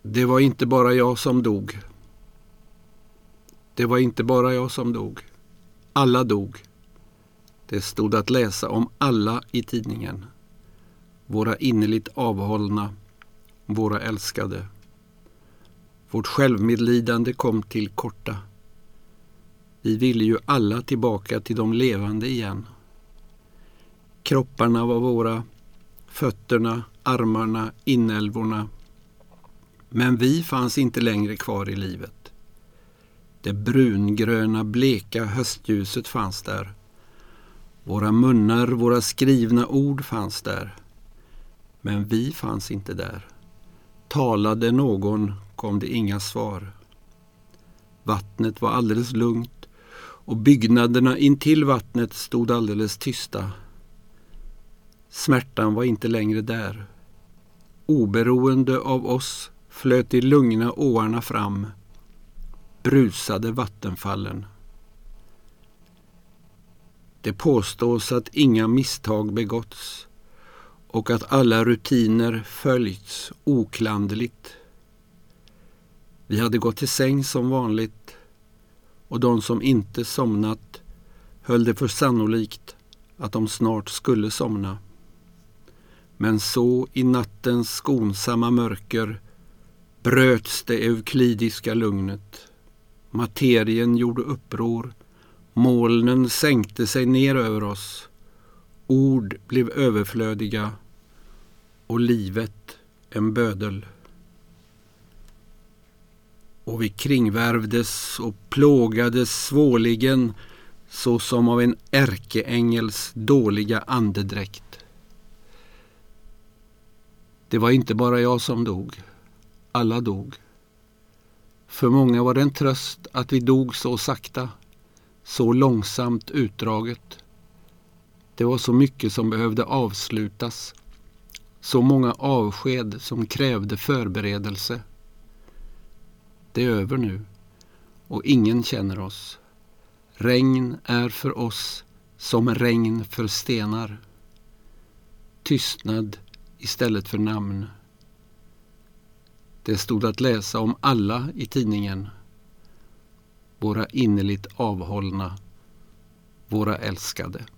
Det var inte bara jag som dog. Det var inte bara jag som dog. Alla dog. Det stod att läsa om alla i tidningen. Våra innerligt avhållna, våra älskade. Vårt självmedlidande kom till korta. Vi ville ju alla tillbaka till de levande igen. Kropparna var våra, fötterna, armarna, inälvorna. Men vi fanns inte längre kvar i livet. Det brungröna, bleka höstljuset fanns där. Våra munnar, våra skrivna ord fanns där. Men vi fanns inte där. Talade någon kom det inga svar. Vattnet var alldeles lugnt och byggnaderna intill vattnet stod alldeles tysta. Smärtan var inte längre där. Oberoende av oss flöt de lugna åarna fram, brusade vattenfallen. Det påstås att inga misstag begåtts och att alla rutiner följts oklanderligt. Vi hade gått till säng som vanligt och de som inte somnat höll det för sannolikt att de snart skulle somna. Men så i nattens skonsamma mörker bröts det euklidiska lugnet. Materien gjorde uppror, molnen sänkte sig ner över oss, ord blev överflödiga och livet en bödel. Och vi kringvärvdes och plågades svårligen så som av en ärkeängels dåliga andedräkt. Det var inte bara jag som dog. Alla dog. För många var det en tröst att vi dog så sakta, så långsamt utdraget. Det var så mycket som behövde avslutas, så många avsked som krävde förberedelse. Det är över nu och ingen känner oss. Regn är för oss som regn för stenar. Tystnad istället för namn. Det stod att läsa om alla i tidningen. Våra innerligt avhållna, våra älskade.